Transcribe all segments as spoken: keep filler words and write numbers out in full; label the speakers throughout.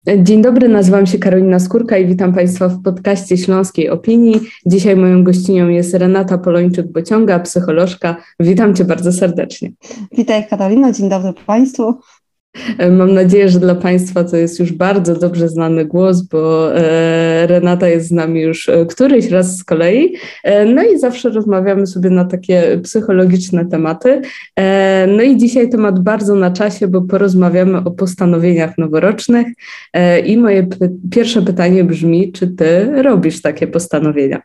Speaker 1: Dzień dobry, nazywam się Karolina Skórka i witam Państwa w podcaście Śląskiej Opinii. Dzisiaj moją gościnią jest Renata Polończyk-Bociąga, psycholożka. Witam Cię bardzo serdecznie.
Speaker 2: Witaj Karolina, dzień dobry Państwu.
Speaker 1: Mam nadzieję, że dla Państwa to jest już bardzo dobrze znany głos, bo Renata jest z nami już któryś raz z kolei. No i zawsze rozmawiamy sobie na takie psychologiczne tematy. No i dzisiaj temat bardzo na czasie, bo porozmawiamy o postanowieniach noworocznych. I moje p- pierwsze pytanie brzmi, czy Ty robisz takie postanowienia?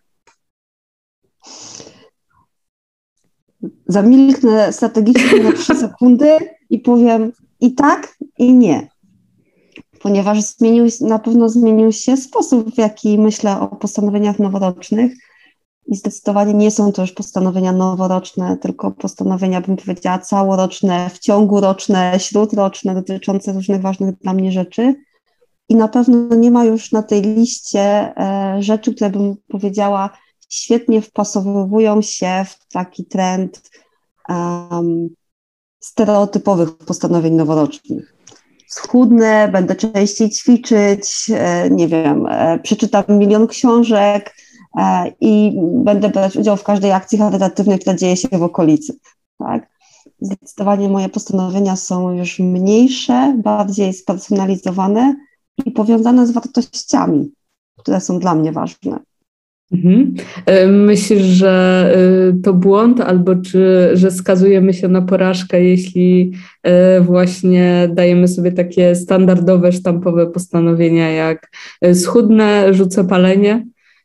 Speaker 2: Zamilknę strategicznie na trzy sekundy i powiem i tak, i nie. Ponieważ zmienił, na pewno zmienił się sposób, w jaki myślę o postanowieniach noworocznych i zdecydowanie nie są to już postanowienia noworoczne, tylko postanowienia, bym powiedziała, całoroczne, w ciągu roczne, śródroczne, dotyczące różnych ważnych dla mnie rzeczy. I na pewno nie ma już na tej liście e, rzeczy, które bym powiedziała świetnie wpasowują się w taki trend um, stereotypowych postanowień noworocznych. Schudnę, będę częściej ćwiczyć, e, nie wiem, e, przeczytam milion książek e, i będę brać udział w każdej akcji charytatywnej, która dzieje się w okolicy. Tak? Zdecydowanie moje postanowienia są już mniejsze, bardziej spersonalizowane i powiązane z wartościami, które są dla mnie ważne.
Speaker 1: Mhm. Myślisz, że to błąd, albo czy, że skazujemy się na porażkę, jeśli właśnie dajemy sobie takie standardowe, sztampowe postanowienia jak schudnę, rzucę palenie?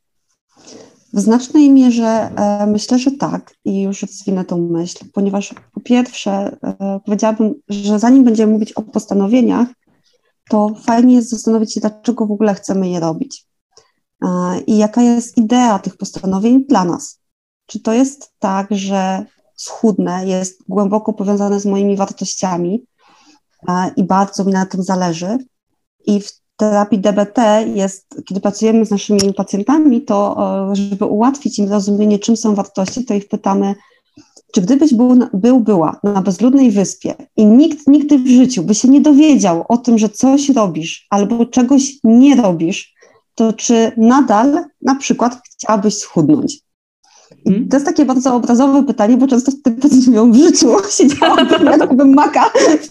Speaker 2: W znacznej mierze e, myślę, że tak i już rozwinę tą myśl, ponieważ po pierwsze e, powiedziałabym, że zanim będziemy mówić o postanowieniach, to fajnie jest zastanowić się, dlaczego w ogóle chcemy je robić. I jaka jest idea tych postanowień dla nas? Czy to jest tak, że schudnę jest głęboko powiązane z moimi wartościami i bardzo mi na tym zależy? I w terapii D B T jest, kiedy pracujemy z naszymi pacjentami, to żeby ułatwić im zrozumienie, czym są wartości, to ich pytamy, czy gdybyś był, był, była na bezludnej wyspie i nikt nigdy w życiu by się nie dowiedział o tym, że coś robisz albo czegoś nie robisz, to czy nadal na przykład chciałabyś schudnąć? I to jest takie bardzo obrazowe pytanie, bo często wtedy mówią, w życiu siedziałabym, jakbym maka,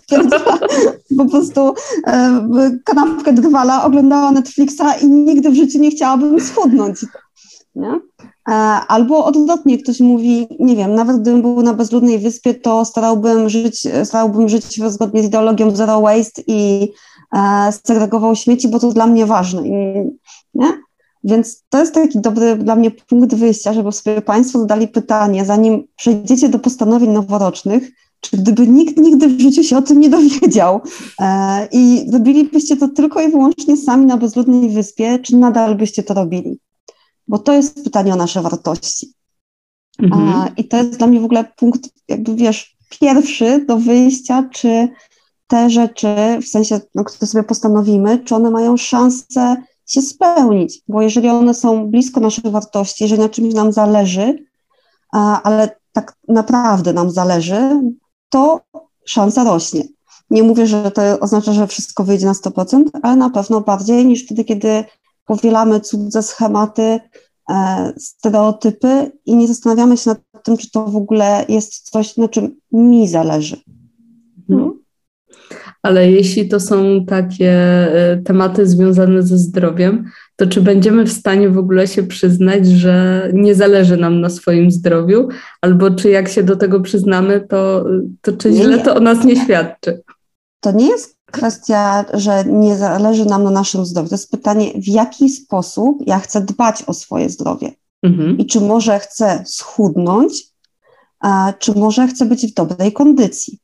Speaker 2: po prostu e, kanapkę drwala, oglądała Netflixa i nigdy w życiu nie chciałabym schudnąć. Nie? E, albo odwrotnie, ktoś mówi, nie wiem, nawet gdybym był na bezludnej wyspie, to starałbym żyć, starałbym żyć zgodnie z ideologią zero waste i e, segregował śmieci, bo to dla mnie ważne. I, nie? Więc to jest taki dobry dla mnie punkt wyjścia, żeby sobie Państwo zadali pytanie, zanim przejdziecie do postanowień noworocznych, czy gdyby nikt nigdy w życiu się o tym nie dowiedział e, i robilibyście to tylko i wyłącznie sami na bezludnej wyspie, czy nadal byście to robili? Bo to jest pytanie o nasze wartości. Mhm. A, I to jest dla mnie w ogóle punkt, jakby wiesz, pierwszy do wyjścia, czy te rzeczy, w sensie, no, które sobie postanowimy, czy one mają szansę się spełnić, bo jeżeli one są blisko naszych wartości, jeżeli na czymś nam zależy, a, ale tak naprawdę nam zależy, to szansa rośnie. Nie mówię, że to oznacza, że wszystko wyjdzie na sto procent, ale na pewno bardziej niż wtedy, kiedy powielamy cudze schematy, e, stereotypy i nie zastanawiamy się nad tym, czy to w ogóle jest coś, na czym mi zależy.
Speaker 1: Hmm. Ale jeśli to są takie tematy związane ze zdrowiem, to czy będziemy w stanie w ogóle się przyznać, że nie zależy nam na swoim zdrowiu, albo czy jak się do tego przyznamy, to, to czy źle to o nas nie świadczy?
Speaker 2: To nie jest kwestia, że nie zależy nam na naszym zdrowiu. To jest pytanie, w jaki sposób ja chcę dbać o swoje zdrowie. Mhm. I czy może chcę schudnąć, a czy może chcę być w dobrej kondycji.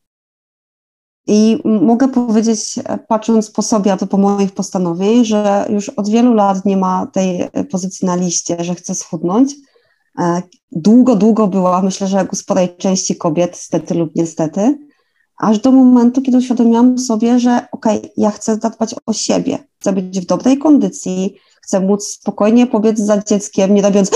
Speaker 2: I mogę powiedzieć, patrząc po sobie, a to po moich postanowień, że już od wielu lat nie ma tej pozycji na liście, że chcę schudnąć. Długo, długo była, myślę, że u sporej części kobiet, stety lub niestety, aż do momentu, kiedy uświadomiłam sobie, że okej, okay, ja chcę zadbać o siebie, chcę być w dobrej kondycji, chcę móc spokojnie pobiec za dzieckiem, nie robiąc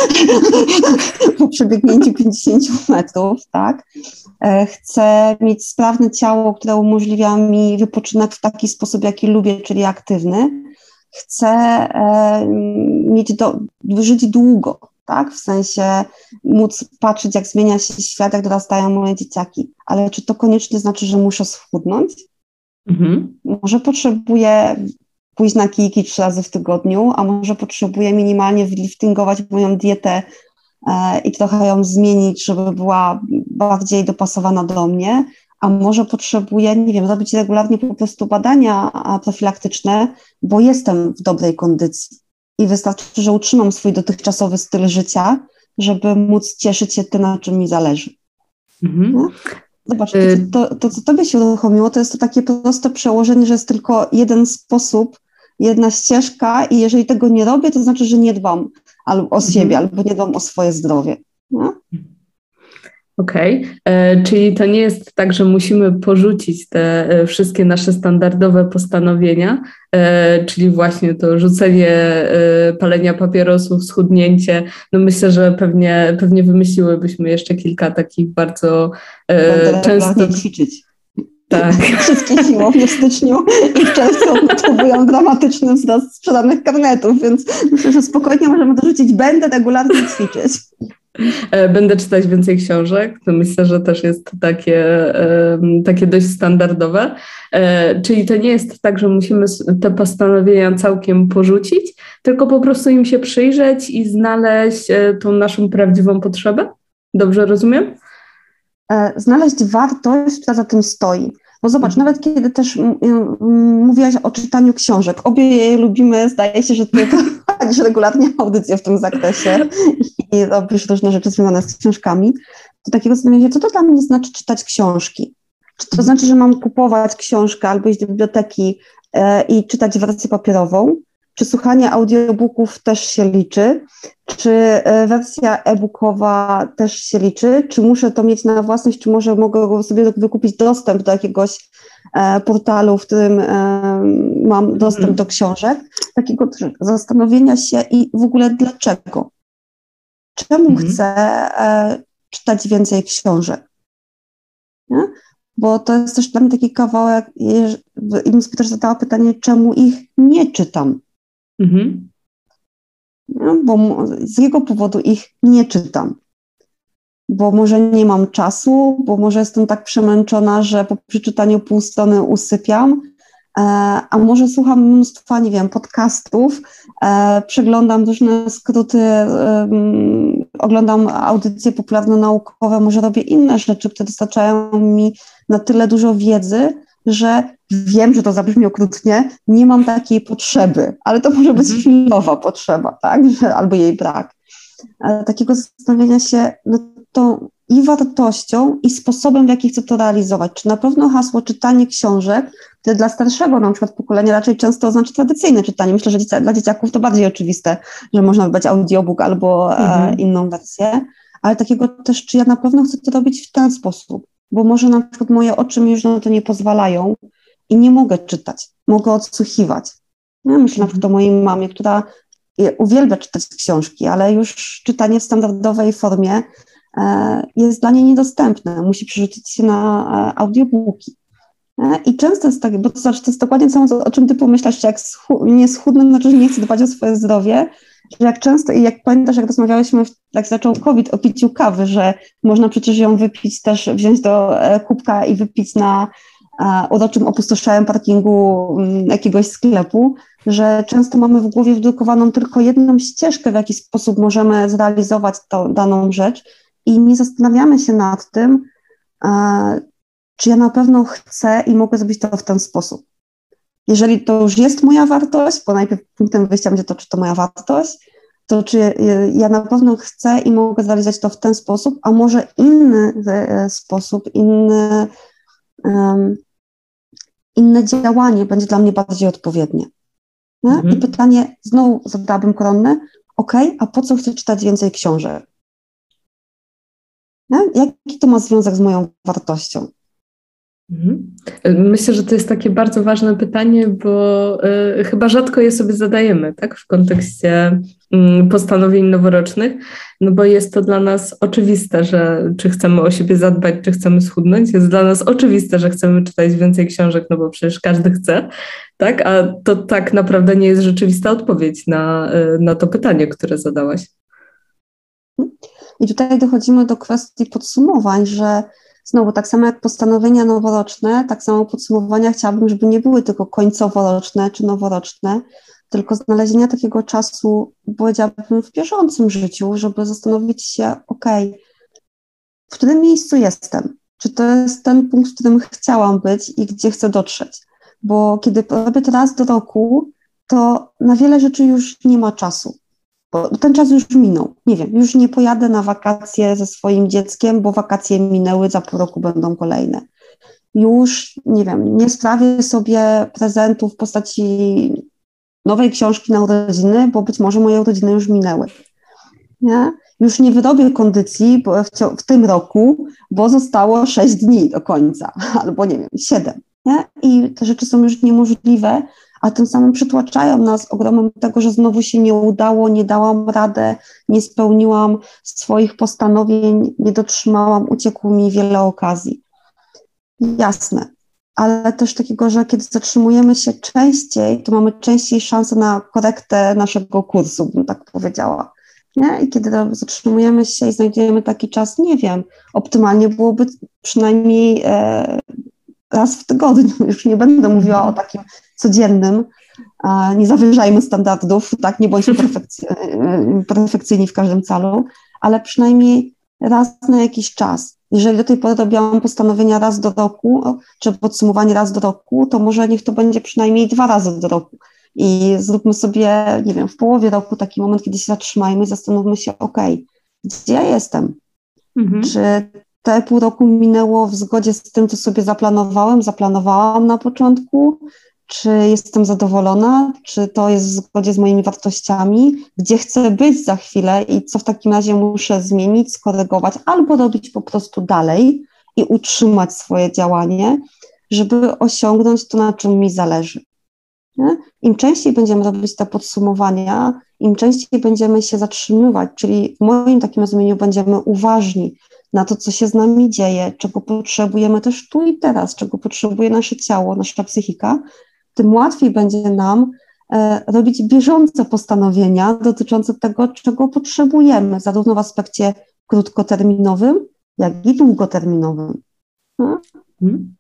Speaker 2: po przebiegnięciu pięćdziesięciu metrów, tak? Chcę mieć sprawne ciało, które umożliwia mi wypoczynek w taki sposób, jaki lubię, czyli aktywny. chcę e, mieć do, żyć długo, tak? W sensie móc patrzeć, jak zmienia się świat, jak dorastają moje dzieciaki. Ale czy to koniecznie znaczy, że muszę schudnąć? Mhm. Może potrzebuję pójść na kijki trzy razy w tygodniu, a może potrzebuję minimalnie liftingować moją dietę e, i trochę ją zmienić, żeby była bardziej dopasowana do mnie, a może potrzebuję, nie wiem, robić regularnie po prostu badania profilaktyczne, bo jestem w dobrej kondycji i wystarczy, że utrzymam swój dotychczasowy styl życia, żeby móc cieszyć się tym, na czym mi zależy. Mhm. Zobacz, to, to, to, co tobie się uruchomiło, to jest to takie proste przełożenie, że jest tylko jeden sposób, jedna ścieżka i jeżeli tego nie robię, to znaczy, że nie dbam albo o siebie, mhm. albo nie dbam o swoje zdrowie. No?
Speaker 1: Okej, okay. Czyli to nie jest tak, że musimy porzucić te wszystkie nasze standardowe postanowienia, e, czyli właśnie to rzucenie e, palenia papierosów, schudnięcie. No myślę, że pewnie, pewnie wymyśliłybyśmy jeszcze kilka takich bardzo
Speaker 2: e, często... ćwiczyć.
Speaker 1: Tak.
Speaker 2: Wszystkie siłownie w styczniu i w czerwcu potrzebują dramatyczny wzrost sprzedanych karnetów, więc myślę, że spokojnie możemy dorzucić, będę regularnie ćwiczyć.
Speaker 1: Będę czytać więcej książek, to myślę, że też jest takie, takie dość standardowe. Czyli to nie jest tak, że musimy te postanowienia całkiem porzucić, tylko po prostu im się przyjrzeć i znaleźć tą naszą prawdziwą potrzebę? Dobrze rozumiem?
Speaker 2: Znaleźć wartość, która za tym stoi. Bo zobacz, mhm. nawet kiedy też m- m- mówiłaś o czytaniu książek, obie je lubimy, zdaje się, że ty prowadzisz regularnie audycje w tym zakresie i robisz różne rzeczy związane z książkami, to takiego zastanawiam się, co to dla mnie znaczy czytać książki? Czy to znaczy, że mam kupować książkę albo iść do biblioteki e, i czytać wersję papierową? Czy słuchanie audiobooków też się liczy? Czy wersja e-bookowa też się liczy? Czy muszę to mieć na własność, czy może mogę sobie wykupić dostęp do jakiegoś e, portalu, w którym e, mam dostęp hmm. do książek? Takiego zastanowienia się i w ogóle dlaczego? Czemu hmm. chcę e, czytać więcej książek? Nie? Bo to jest też dla mnie taki kawałek, i bym sobie też zadała pytanie, czemu ich nie czytam? Mhm. No, bo z jakiego powodu ich nie czytam? Bo może nie mam czasu, bo może jestem tak przemęczona, że po przeczytaniu pół strony usypiam, e, a może słucham mnóstwa, nie wiem, podcastów, e, przeglądam różne skróty, e, oglądam audycje popularno-naukowe, może robię inne rzeczy, które dostarczają mi na tyle dużo wiedzy, że wiem, że to zabrzmi okrutnie, nie mam takiej potrzeby, ale to może być chwilowa potrzeba, tak, że, albo jej brak. Ale takiego zastanowienia się no to i wartością, i sposobem, w jaki chcę to realizować. Czy na pewno hasło czytanie książek, które dla starszego na przykład pokolenia raczej często oznacza tradycyjne czytanie. Myślę, że dziecia, dla dzieciaków to bardziej oczywiste, że można wybrać audiobook albo mhm. e, inną wersję, ale takiego też, czy ja na pewno chcę to robić w ten sposób, bo może na przykład moje oczy mi już na to nie pozwalają i nie mogę czytać, mogę odsłuchiwać. Ja myślę na przykład o mojej mamie, która uwielbia czytać książki, ale już czytanie w standardowej formie e, jest dla niej niedostępne. Musi przerzucić się na e, audiobooki. E, I często jest tak, bo to, znaczy, to jest dokładnie samo, o czym ty pomyślasz, że jak schu- nie schudnę, znaczy, że nie chcę dbać o swoje zdrowie, że jak często, i jak pamiętasz, jak rozmawiałyśmy, jak zaczął COVID, o piciu kawy, że można przecież ją wypić też, wziąć do e, kubka i wypić na e, uroczym, opustoszałym parkingu m, jakiegoś sklepu, że często mamy w głowie wdrukowaną tylko jedną ścieżkę, w jaki sposób możemy zrealizować tą daną rzecz i nie zastanawiamy się nad tym, e, czy ja na pewno chcę i mogę zrobić to w ten sposób. Jeżeli to już jest moja wartość, bo najpierw punktem wyjścia będzie to, czy to moja wartość, to czy ja na pewno chcę i mogę zrealizować to w ten sposób, a może inny sposób, inny, um, inne działanie będzie dla mnie bardziej odpowiednie. Mhm. I pytanie, znowu zadałabym koronne, ok, a po co chcę czytać więcej książek? Nie? Jaki to ma związek z moją wartością?
Speaker 1: Myślę, że to jest takie bardzo ważne pytanie, bo y, chyba rzadko je sobie zadajemy, tak, w kontekście y, postanowień noworocznych, no bo jest to dla nas oczywiste, że czy chcemy o siebie zadbać, czy chcemy schudnąć, jest dla nas oczywiste, że chcemy czytać więcej książek, no bo przecież każdy chce, tak, a to tak naprawdę nie jest rzeczywista odpowiedź na, y, na to pytanie, które zadałaś.
Speaker 2: I tutaj dochodzimy do kwestii podsumowań, że znowu, tak samo jak postanowienia noworoczne, tak samo podsumowania chciałabym, żeby nie były tylko końcoworoczne czy noworoczne, tylko znalezienia takiego czasu, powiedziałabym, w bieżącym życiu, żeby zastanowić się, okej, w którym miejscu jestem? Czy to jest ten punkt, w którym chciałam być i gdzie chcę dotrzeć? Bo kiedy robię to raz do roku, to na wiele rzeczy już nie ma czasu. Bo ten czas już minął. Nie wiem, już nie pojadę na wakacje ze swoim dzieckiem, bo wakacje minęły, za pół roku będą kolejne. Już, nie wiem, nie sprawię sobie prezentu w postaci nowej książki na urodziny, bo być może moje urodziny już minęły. Nie? Już nie wyrobię kondycji w, w tym roku, bo zostało sześć dni do końca, albo nie wiem, siedem. Nie? I te rzeczy są już niemożliwe, a tym samym przytłaczają nas ogromem tego, że znowu się nie udało, nie dałam radę, nie spełniłam swoich postanowień, nie dotrzymałam, uciekło mi wiele okazji. Jasne, ale też takiego, że kiedy zatrzymujemy się częściej, to mamy częściej szansę na korektę naszego kursu, bym tak powiedziała. Nie? I kiedy zatrzymujemy się i znajdujemy taki czas, nie wiem, optymalnie byłoby przynajmniej e, raz w tygodniu, już nie będę mówiła o takim codziennym, nie zawyżajmy standardów, tak, nie bądźmy perfekcy, perfekcyjni w każdym celu, ale przynajmniej raz na jakiś czas. Jeżeli do tej pory robiłam postanowienia raz do roku, czy podsumowanie raz do roku, to może niech to będzie przynajmniej dwa razy do roku. I zróbmy sobie, nie wiem, w połowie roku taki moment, kiedy się zatrzymajmy i zastanówmy się, okej, gdzie ja jestem? Mhm. Czy te pół roku minęło w zgodzie z tym, co sobie zaplanowałem, zaplanowałam na początku? Czy jestem zadowolona? Czy to jest w zgodzie z moimi wartościami? Gdzie chcę być za chwilę i co w takim razie muszę zmienić, skorygować albo robić po prostu dalej i utrzymać swoje działanie, żeby osiągnąć to, na czym mi zależy. Nie? Im częściej będziemy robić te podsumowania, im częściej będziemy się zatrzymywać, czyli w moim takim rozumieniu będziemy uważni na to, co się z nami dzieje, czego potrzebujemy też tu i teraz, czego potrzebuje nasze ciało, nasza psychika, tym łatwiej będzie nam e, robić bieżące postanowienia dotyczące tego, czego potrzebujemy, zarówno w aspekcie krótkoterminowym, jak i długoterminowym. No?
Speaker 1: Hmm.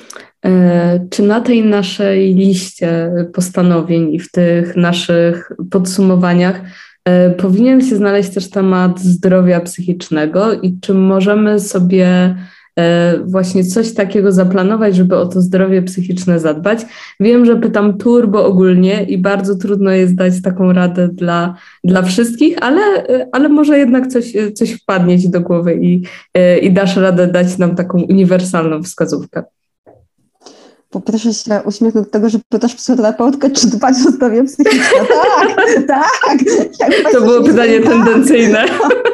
Speaker 1: E, czy na tej naszej liście postanowień i w tych naszych podsumowaniach e, powinien się znaleźć też temat zdrowia psychicznego i czy możemy sobie właśnie coś takiego zaplanować, żeby o to zdrowie psychiczne zadbać? Wiem, że pytam turbo ogólnie i bardzo trudno jest dać taką radę dla, dla wszystkich, ale, ale może jednak coś, coś wpadnie ci do głowy i, i dasz radę dać nam taką uniwersalną wskazówkę.
Speaker 2: Poproszę się uśmiechnąć do tego, że pytasz psychoterapeutkę, czy dbać o zdrowie psychiczne. Tak, tak.
Speaker 1: To było pytanie tendencyjne.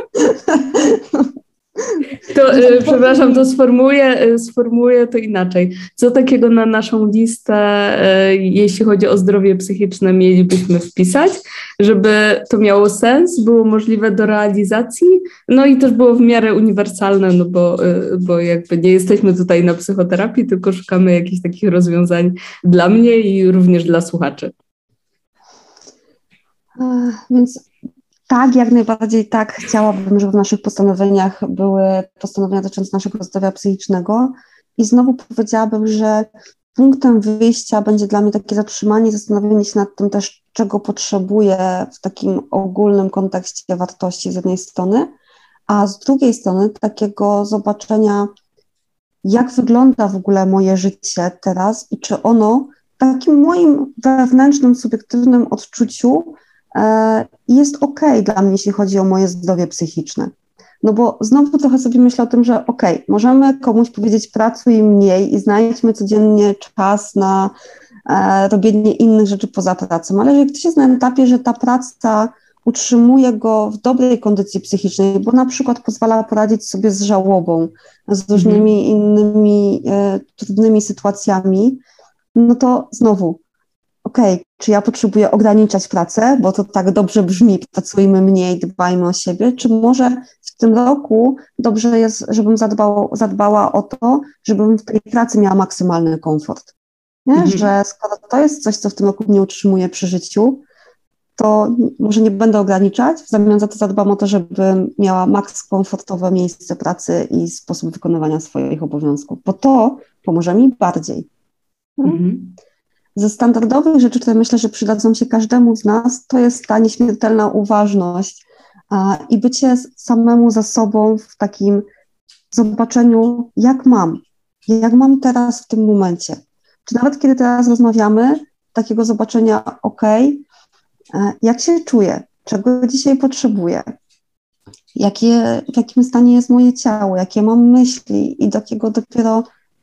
Speaker 1: To, e, przepraszam, to sformułuję, sformułuję to inaczej. Co takiego na naszą listę, e, jeśli chodzi o zdrowie psychiczne, mielibyśmy wpisać, żeby to miało sens, było możliwe do realizacji, no i też było w miarę uniwersalne, no bo, e, bo jakby nie jesteśmy tutaj na psychoterapii, tylko szukamy jakichś takich rozwiązań dla mnie i również dla słuchaczy.
Speaker 2: A, więc... Tak, jak najbardziej tak. Chciałabym, żeby w naszych postanowieniach były postanowienia dotyczące naszego zdrowia psychicznego i znowu powiedziałabym, że punktem wyjścia będzie dla mnie takie zatrzymanie, zastanowienie się nad tym też, czego potrzebuję w takim ogólnym kontekście wartości z jednej strony, a z drugiej strony takiego zobaczenia, jak wygląda w ogóle moje życie teraz i czy ono w takim moim wewnętrznym, subiektywnym odczuciu jest okej dla mnie, jeśli chodzi o moje zdrowie psychiczne. No bo znowu trochę sobie myślę o tym, że okej, okay, możemy komuś powiedzieć pracuj mniej i znajdźmy codziennie czas na e, robienie innych rzeczy poza pracą, ale jeżeli ktoś jest na etapie, że ta praca utrzymuje go w dobrej kondycji psychicznej, bo na przykład pozwala poradzić sobie z żałobą, z różnymi innymi e, trudnymi sytuacjami, no to znowu, okej, okay, czy ja potrzebuję ograniczać pracę, bo to tak dobrze brzmi, pracujmy mniej, dbajmy o siebie, czy może w tym roku dobrze jest, żebym zadbała, zadbała o to, żebym w tej pracy miała maksymalny komfort. Nie? Mhm. Że skoro to jest coś, co w tym roku mnie utrzymuje przy życiu, to może nie będę ograniczać, w zamian za to zadbam o to, żebym miała maks komfortowe miejsce pracy i sposób wykonywania swoich obowiązków, bo to pomoże mi bardziej. Mhm. Ze standardowych rzeczy, które myślę, że przydadzą się każdemu z nas, to jest ta nieśmiertelna uważność a, i bycie samemu za sobą w takim zobaczeniu, jak mam, jak mam teraz w tym momencie. Czy nawet kiedy teraz rozmawiamy, takiego zobaczenia, okej, okay, jak się czuję, czego dzisiaj potrzebuję, jakie, w jakim stanie jest moje ciało, jakie mam myśli i takiego dopiero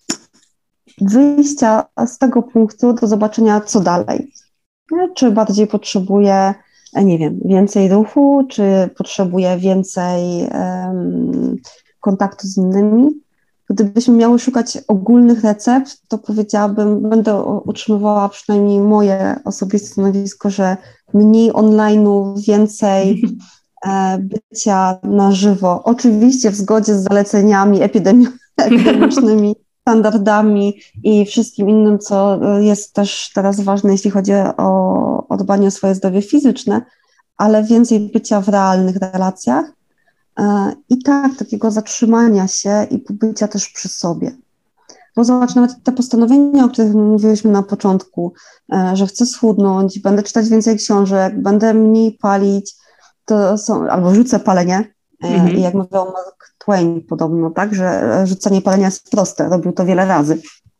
Speaker 2: wyjścia z tego punktu do zobaczenia, co dalej. Czy bardziej potrzebuję, nie wiem, więcej ruchu, czy potrzebuję więcej um, kontaktu z innymi. Gdybyśmy miały szukać ogólnych recept, to powiedziałabym, będę utrzymywała przynajmniej moje osobiste stanowisko, że mniej online'u, więcej e, bycia na żywo. Oczywiście w zgodzie z zaleceniami epidemi- epidemicznymi, standardami i wszystkim innym, co jest też teraz ważne, jeśli chodzi o, o dbanie o swoje zdrowie fizyczne, ale więcej bycia w realnych relacjach i tak, takiego zatrzymania się i pobycia też przy sobie. Bo zobacz, nawet te postanowienia, o których mówiliśmy na początku, że chcę schudnąć, będę czytać więcej książek, będę mniej palić, to są, albo rzucę palenie, mhm. I jak mówił Mark Twain podobno, tak, że rzucenie palenia jest proste, robił to wiele razy.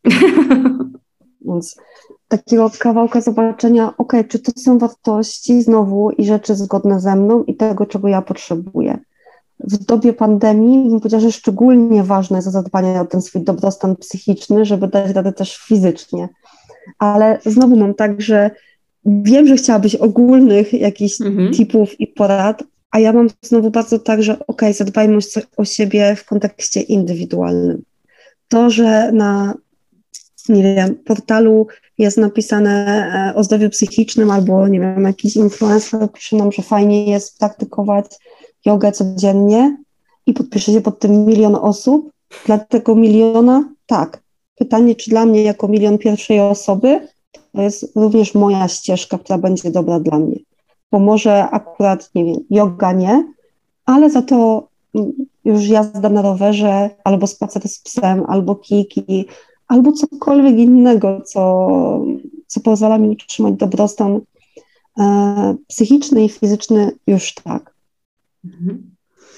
Speaker 2: Więc takiego kawałka zobaczenia, ok, czy to są wartości znowu i rzeczy zgodne ze mną i tego, czego ja potrzebuję. W dobie pandemii bym powiedziała, że szczególnie ważne jest zadbanie o ten swój dobrostan psychiczny, żeby dać radę też fizycznie. Ale znowu mam tak, że wiem, że chciałabyś ogólnych jakichś mhm. tipów i porad, a ja mam znowu bardzo tak, że okej, okay, zadbajmy o siebie w kontekście indywidualnym. To, że na, nie wiem, portalu jest napisane o zdrowiu psychicznym albo, nie wiem, jakiś influencer pisze nam, że fajnie jest praktykować jogę codziennie i podpisze się pod tym milion osób, dla tego miliona, tak. Pytanie, czy dla mnie jako milion pierwszej osoby, to jest również moja ścieżka, która będzie dobra dla mnie. Bo może akurat, nie wiem, joga nie, ale za to już jazda na rowerze, albo spacer z psem, albo kiki, albo cokolwiek innego, co, co pozwala mi utrzymać dobrostan e, psychiczny i fizyczny, już tak.
Speaker 1: Mhm.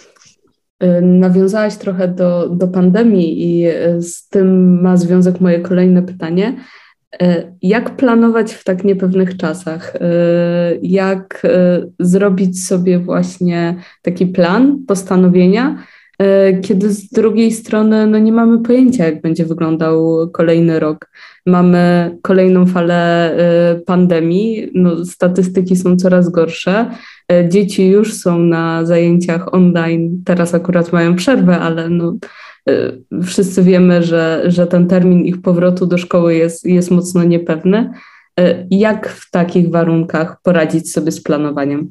Speaker 1: Nawiązałaś trochę do, do pandemii i z tym ma związek moje kolejne pytanie. Jak planować w tak niepewnych czasach? Jak zrobić sobie właśnie taki plan, postanowienia, kiedy z drugiej strony no nie mamy pojęcia, jak będzie wyglądał kolejny rok. Mamy kolejną falę pandemii, no, statystyki są coraz gorsze. Dzieci już są na zajęciach online, teraz akurat mają przerwę, ale no, wszyscy wiemy, że, że ten termin ich powrotu do szkoły jest, jest mocno niepewny. Jak w takich warunkach poradzić sobie z planowaniem?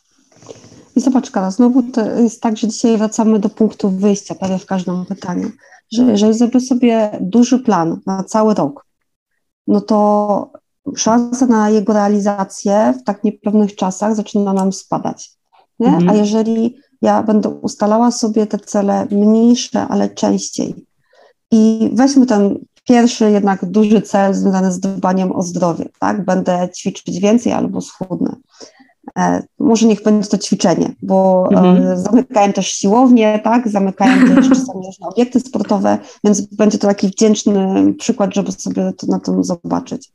Speaker 2: I zobacz, Kala, znowu to jest tak, że dzisiaj wracamy do punktu wyjścia prawie w każdym pytaniu, że jeżeli zrobię sobie duży plan na cały rok, no to szansa na jego realizację w tak niepewnych czasach zaczyna nam spadać. Nie? Mhm. A jeżeli ja będę ustalała sobie te cele mniejsze, ale częściej i weźmy ten pierwszy jednak duży cel związany z dbaniem o zdrowie, tak? Będę ćwiczyć więcej albo schudnę. E, może niech będzie to ćwiczenie, bo mhm. e, zamykają też siłownie, tak? Zamykają też czasami różne obiekty sportowe, więc będzie to taki wdzięczny przykład, żeby sobie to na tym zobaczyć.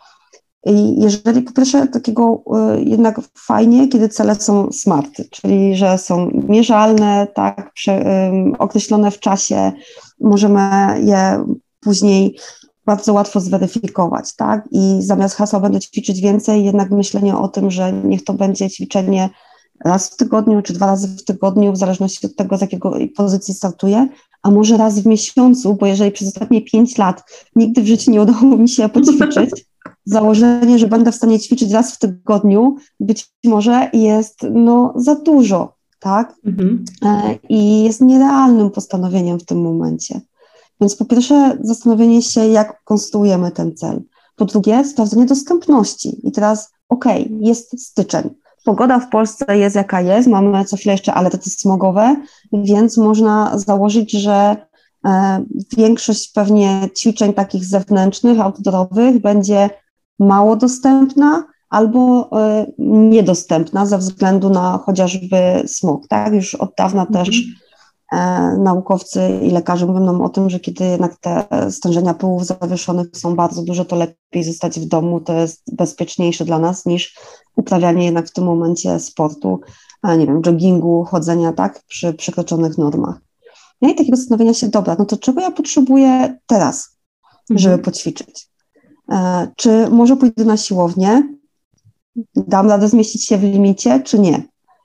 Speaker 2: I jeżeli poproszę takiego y, jednak fajnie, kiedy cele są smart, czyli że są mierzalne, tak, prze, y, określone w czasie, możemy je później bardzo łatwo zweryfikować, tak, i zamiast hasła będę ćwiczyć więcej, jednak myślenie o tym, że niech to będzie ćwiczenie raz w tygodniu, czy dwa razy w tygodniu, w zależności od tego, z jakiego pozycji startuję, a może raz w miesiącu, bo jeżeli przez ostatnie pięć lat nigdy w życiu nie udało mi się poćwiczyć, założenie, że będę w stanie ćwiczyć raz w tygodniu, być może jest no, za dużo, tak? Mhm. I jest nierealnym postanowieniem w tym momencie. Więc po pierwsze zastanowienie się, jak konstruujemy ten cel. Po drugie, sprawdzenie dostępności. I teraz, okej, okay, jest styczeń. Pogoda w Polsce jest jaka jest, mamy co chwilę jeszcze alerty smogowe, więc można założyć, że e, większość pewnie ćwiczeń takich zewnętrznych, outdoorowych będzie mało dostępna albo e, niedostępna ze względu na chociażby smog. Tak? Już od dawna mhm. też e, naukowcy i lekarze mówią nam o tym, że kiedy jednak te stężenia pyłów zawieszonych są bardzo duże, to lepiej zostać w domu, to jest bezpieczniejsze dla nas niż uprawianie jednak w tym momencie sportu, a nie wiem, joggingu, chodzenia, tak, przy przykroczonych normach. No i takiego zastanowienia się, dobra, no to czego ja potrzebuję teraz, żeby mhm. poćwiczyć? E, czy może pójdę na siłownię, dam radę zmieścić się w limicie, czy nie?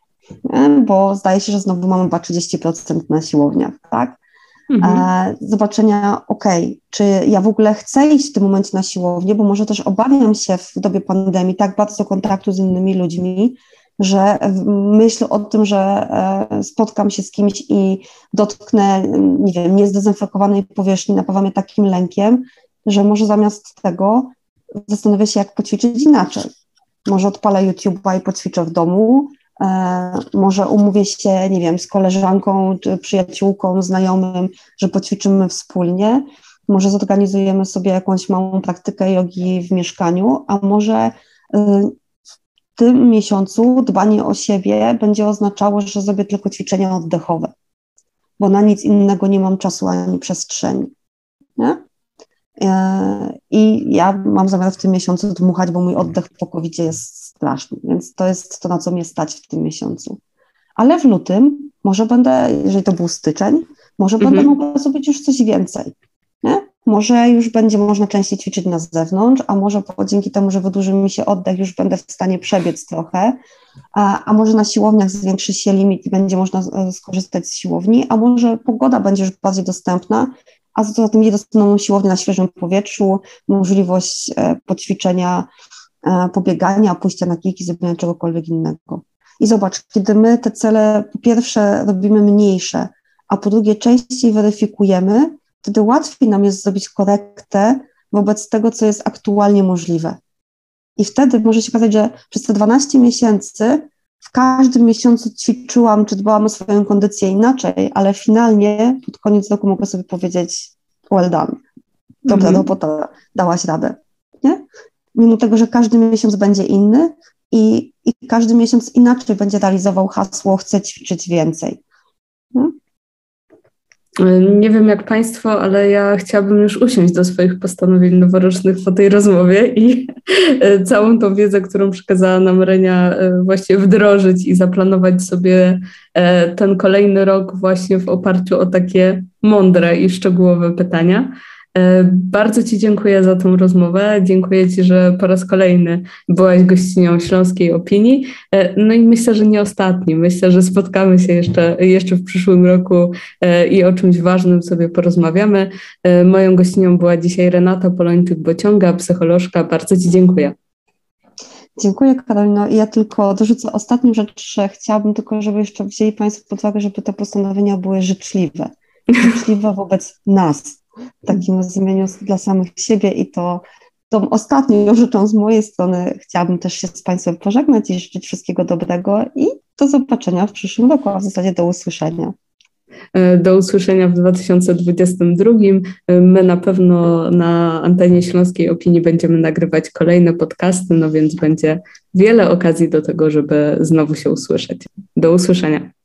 Speaker 2: E, bo zdaje się, że znowu mamy chyba trzydzieści procent na siłowniach, tak? Mhm. E, zobaczenia, okej, okay, czy ja w ogóle chcę iść w tym momencie na siłownię, bo może też obawiam się w dobie pandemii tak bardzo kontaktu z innymi ludźmi, że myśl o tym, że e, spotkam się z kimś i dotknę, nie wiem, niezdezynfekowanej powierzchni, napawa mnie takim lękiem, że może zamiast tego zastanowię się, jak poćwiczyć inaczej. Może odpalę YouTube'a i poćwiczę w domu, e, może umówię się, nie wiem, z koleżanką, czy przyjaciółką, znajomym, że poćwiczymy wspólnie, może zorganizujemy sobie jakąś małą praktykę jogi w mieszkaniu, a może e, w tym miesiącu dbanie o siebie będzie oznaczało, że zrobię tylko ćwiczenia oddechowe, bo na nic innego nie mam czasu ani przestrzeni. Nie? I ja mam zamiar w tym miesiącu dmuchać, bo mój oddech po kowidzie jest straszny, więc to jest to, na co mnie stać w tym miesiącu. Ale w lutym może będę, jeżeli to był styczeń, może mhm. będę mogła zrobić już coś więcej. Nie? Może już będzie można częściej ćwiczyć na zewnątrz, a może po, dzięki temu, że wydłuży mi się oddech, już będę w stanie przebiec trochę, a, a może na siłowniach zwiększy się limit i będzie można skorzystać z siłowni, a może pogoda będzie już bardziej dostępna, a za tym niedostatną siłownię na świeżym powietrzu, możliwość e, poćwiczenia, e, pobiegania, pójścia na kijki, zrobienia czegokolwiek innego. I zobacz, kiedy my te cele po pierwsze robimy mniejsze, a po drugie częściej weryfikujemy, wtedy łatwiej nam jest zrobić korektę wobec tego, co jest aktualnie możliwe. I wtedy może się okazać, że przez te dwanaście miesięcy w każdym miesiącu ćwiczyłam, czy dbałam o swoją kondycję inaczej, ale finalnie pod koniec roku mogę sobie powiedzieć well done. Dobra mm-hmm. robota, dałaś radę. Nie? Mimo tego, że każdy miesiąc będzie inny i, i każdy miesiąc inaczej będzie realizował hasło chcę ćwiczyć więcej. Nie?
Speaker 1: Nie wiem jak Państwo, ale ja chciałabym już usiąść do swoich postanowień noworocznych po tej rozmowie i całą tą wiedzę, którą przekazała nam Renia, właśnie wdrożyć i zaplanować sobie ten kolejny rok właśnie w oparciu o takie mądre i szczegółowe pytania. Bardzo Ci dziękuję za tą rozmowę. Dziękuję Ci, że po raz kolejny byłaś gościnią Śląskiej Opinii. No i myślę, że nie ostatni. Myślę, że spotkamy się jeszcze, jeszcze w przyszłym roku i o czymś ważnym sobie porozmawiamy. Moją gościnią była dzisiaj Renata Polończyk-Bociąga, psycholożka. Bardzo Ci dziękuję.
Speaker 2: Dziękuję, Karolino. I ja tylko dorzucę ostatnią rzecz, że chciałabym tylko, żeby jeszcze wzięli Państwo pod uwagę, żeby te postanowienia były życzliwe. Życzliwe wobec nas. W takim rozumieniu dla samych siebie i to tą ostatnią rzeczą z mojej strony chciałabym też się z Państwem pożegnać i życzyć wszystkiego dobrego i do zobaczenia w przyszłym roku, a w zasadzie do usłyszenia.
Speaker 1: Do usłyszenia w dwa tysiące dwudziestym drugim. My na pewno na antenie Śląskiej Opinii będziemy nagrywać kolejne podcasty, no więc będzie wiele okazji do tego, żeby znowu się usłyszeć. Do usłyszenia.